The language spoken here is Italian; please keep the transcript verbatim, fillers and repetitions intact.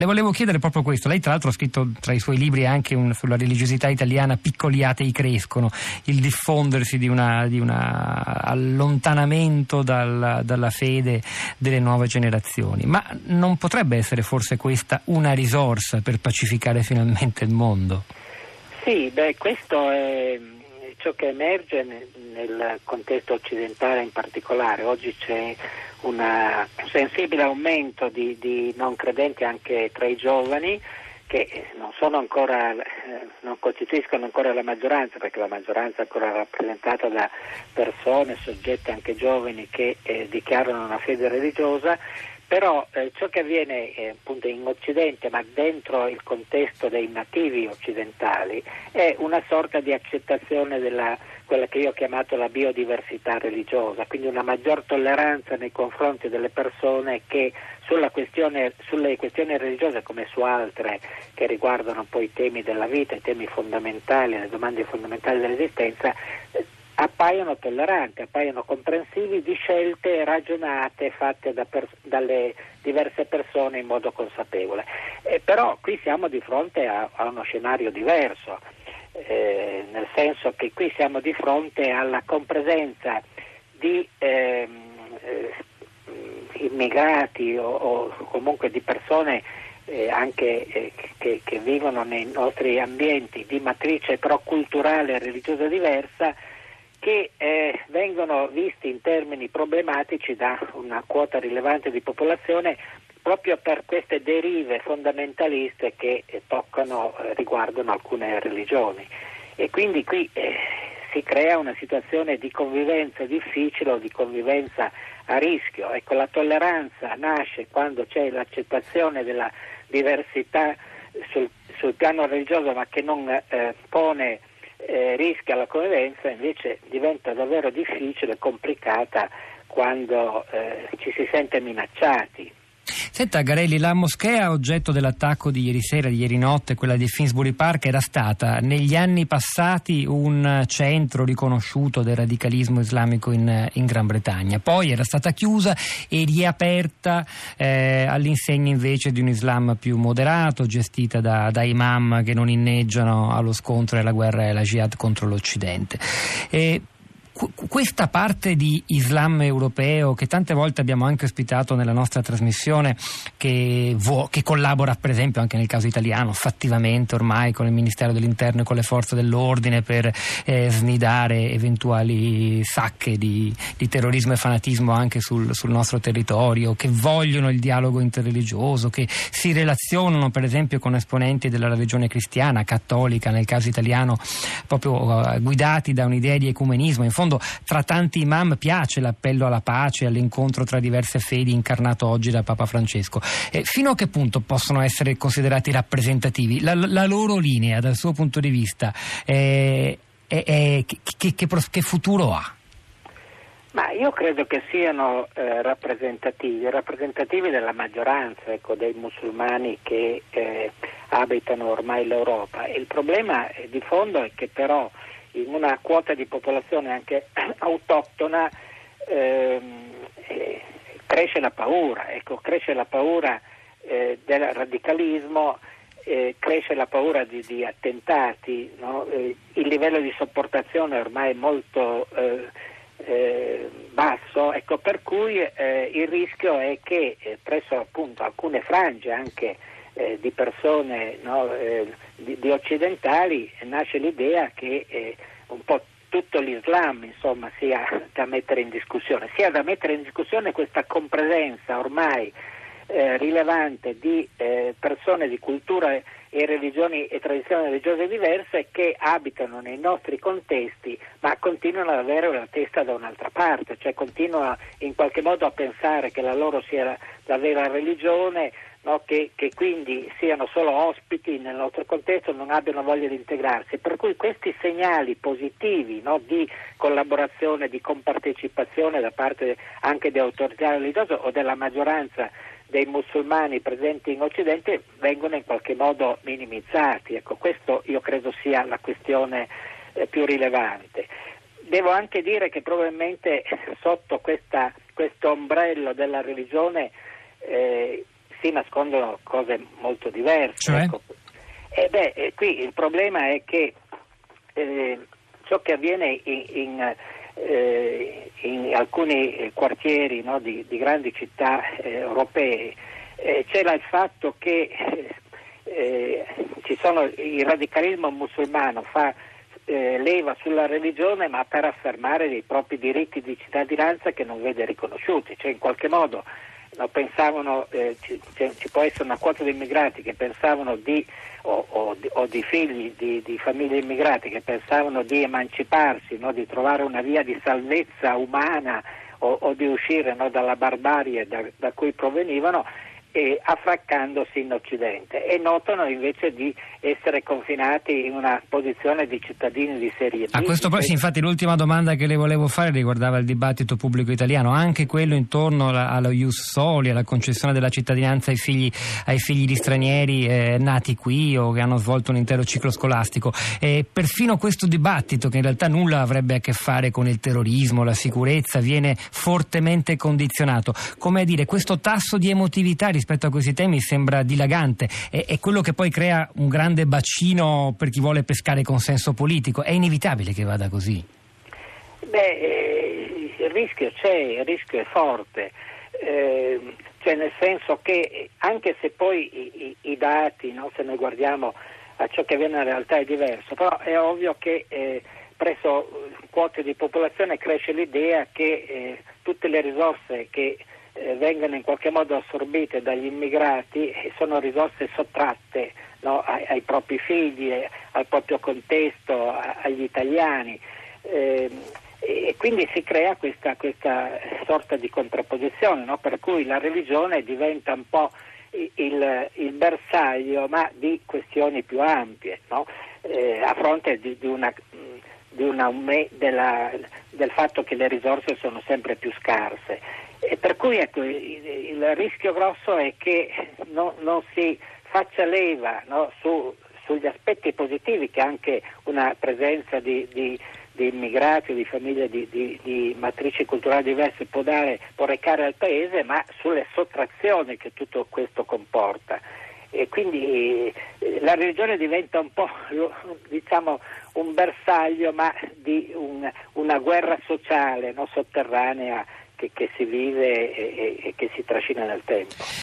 Le volevo chiedere proprio questo. Lei tra l'altro ha scritto tra i suoi libri anche un, sulla religiosità italiana, Piccoli atei crescono, il diffondersi di un di una allontanamento dal, dalla fede delle nuove generazioni. Ma non potrebbe essere forse questa una risorsa per pacificare finalmente il mondo? Sì, beh, questo è ciò che emerge nel contesto occidentale in particolare. Oggi c'è un sensibile aumento di, di non credenti anche tra i giovani, che non sono ancora, eh, non costituiscono ancora la maggioranza, perché la maggioranza è ancora rappresentata da persone, soggetti anche giovani che eh, dichiarano una fede religiosa. Però eh, ciò che avviene eh, appunto in Occidente, ma dentro il contesto dei nativi occidentali, è una sorta di accettazione della quella che io ho chiamato la biodiversità religiosa, quindi una maggior tolleranza nei confronti delle persone che sulla questione, sulle questioni religiose, come su altre che riguardano poi i temi della vita, i temi fondamentali, le domande fondamentali dell'esistenza, eh, appaiono tolleranti, appaiono comprensivi di scelte ragionate fatte da per, dalle diverse persone in modo consapevole. Eh, però qui siamo di fronte a, a uno scenario diverso, eh, nel senso che qui siamo di fronte alla compresenza di ehm, eh, immigrati o, o comunque di persone eh, anche eh, che, che vivono nei nostri ambienti di matrice però culturale e religiosa diversa, che eh, vengono visti in termini problematici da una quota rilevante di popolazione proprio per queste derive fondamentaliste che eh, toccano, eh, riguardano alcune religioni. E quindi qui eh, si crea una situazione di convivenza difficile o di convivenza a rischio. Ecco, la tolleranza nasce quando c'è l'accettazione della diversità sul, sul piano religioso, ma che non eh, pone Eh, rischia la convivenza, invece diventa davvero difficile e complicata quando eh, ci si sente minacciati. Senta Garelli, la moschea oggetto dell'attacco di ieri sera, di ieri notte, quella di Finsbury Park, era stata negli anni passati un centro riconosciuto del radicalismo islamico in, in Gran Bretagna. Poi era stata chiusa e riaperta eh, all'insegna invece di un Islam più moderato, gestita da, da imam che non inneggiano allo scontro e alla guerra e alla jihad contro l'Occidente. E questa parte di Islam europeo che tante volte abbiamo anche ospitato nella nostra trasmissione, che, vo- che collabora per esempio anche nel caso italiano fattivamente ormai con il Ministero dell'Interno e con le forze dell'ordine per eh, snidare eventuali sacche di, di terrorismo e fanatismo anche sul, sul nostro territorio, che vogliono il dialogo interreligioso, che si relazionano per esempio con esponenti della religione cristiana, cattolica nel caso italiano, proprio uh, guidati da un'idea di ecumenismo. In fondo tra tanti imam piace l'appello alla pace, all'incontro tra diverse fedi incarnato oggi da Papa Francesco. Eh, fino a che punto possono essere considerati rappresentativi? La, la loro linea dal suo punto di vista eh, è, è, che, che, che futuro ha? Ma io credo che siano eh, rappresentativi, rappresentativi della maggioranza, ecco, dei musulmani che eh, abitano ormai l'Europa. Il problema eh, di fondo è che però in una quota di popolazione anche autoctona ehm, eh, cresce la paura, ecco, cresce la paura eh, del radicalismo, eh, cresce la paura di, di attentati, no? Eh, il livello di sopportazione ormai è molto eh, eh, basso, ecco, per cui eh, il rischio è che eh, presso appunto alcune frange anche Eh, di persone no, eh, di, di occidentali nasce l'idea che eh, un po' tutto l'Islam insomma sia da mettere in discussione, sia da mettere in discussione questa compresenza ormai eh, rilevante di eh, persone di cultura e religioni e tradizioni religiose diverse che abitano nei nostri contesti ma continuano ad avere la testa da un'altra parte, cioè continuano in qualche modo a pensare che la loro sia la, la vera religione, no, che, che quindi siano solo ospiti nel nostro contesto, non abbiano voglia di integrarsi, per cui questi segnali positivi, no, di collaborazione, di compartecipazione da parte anche di autorità religiose o della maggioranza dei musulmani presenti in Occidente vengono in qualche modo minimizzati. Ecco, questo io credo sia la questione eh, più rilevante. Devo anche dire che probabilmente sotto questa, questo ombrello della religione eh, si nascondono cose molto diverse. Cioè? Ecco. E beh, eh, qui il problema è che eh, ciò che avviene in, in, eh, in alcuni quartieri, no, di, di grandi città eh, europee, eh, c'era il fatto che eh, ci sono il radicalismo musulmano fa eh, leva sulla religione, ma per affermare dei propri diritti di cittadinanza che non vede riconosciuti, cioè in qualche modo no, pensavano eh, ci, ci può essere una quota di immigrati che pensavano di o, o, o di figli di, di famiglie immigrate che pensavano di emanciparsi, no, di trovare una via di salvezza umana o, o di uscire, no, dalla barbarie da, da cui provenivano, e affrancandosi in Occidente, e notano invece di essere confinati in una posizione di cittadini di serie B. A questo proposito, infatti, l'ultima domanda che le volevo fare riguardava il dibattito pubblico italiano, anche quello intorno alla, allo ius soli, alla concessione della cittadinanza ai figli, ai figli di stranieri eh, nati qui o che hanno svolto un intero ciclo scolastico. E perfino questo dibattito, che in realtà nulla avrebbe a che fare con il terrorismo, la sicurezza, viene fortemente condizionato. Come dire, questo tasso di emotività rispetto a questi temi sembra dilagante, è, è quello che poi crea un grande bacino per chi vuole pescare consenso politico. È inevitabile che vada così? Beh, eh, il rischio c'è, il rischio è forte, eh, cioè nel senso che anche se poi i, i, i dati, no, se noi guardiamo a ciò che avviene in realtà è diverso, però è ovvio che eh, presso quote di popolazione cresce l'idea che eh, tutte le risorse che Eh, vengono in qualche modo assorbite dagli immigrati e sono risorse sottratte, no, ai, ai propri figli, eh, al proprio contesto, a, agli italiani, eh, e quindi si crea questa, questa sorta di contrapposizione, no, per cui la religione diventa un po' il, il bersaglio, ma di questioni più ampie, no, eh, a fronte di, di una di una, della, del fatto che le risorse sono sempre più scarse. E per cui ecco, il, il rischio grosso è che no, non si faccia leva, no, su, sugli aspetti positivi che anche una presenza di, di, di immigrati o di famiglie di, di, di matrici culturali diverse può dare, può recare al paese, ma sulle sottrazioni che tutto questo comporta. E quindi eh, la religione diventa un po', diciamo, un bersaglio, ma di un, una guerra sociale, no, sotterranea che, che si vive e, e che si trascina nel tempo.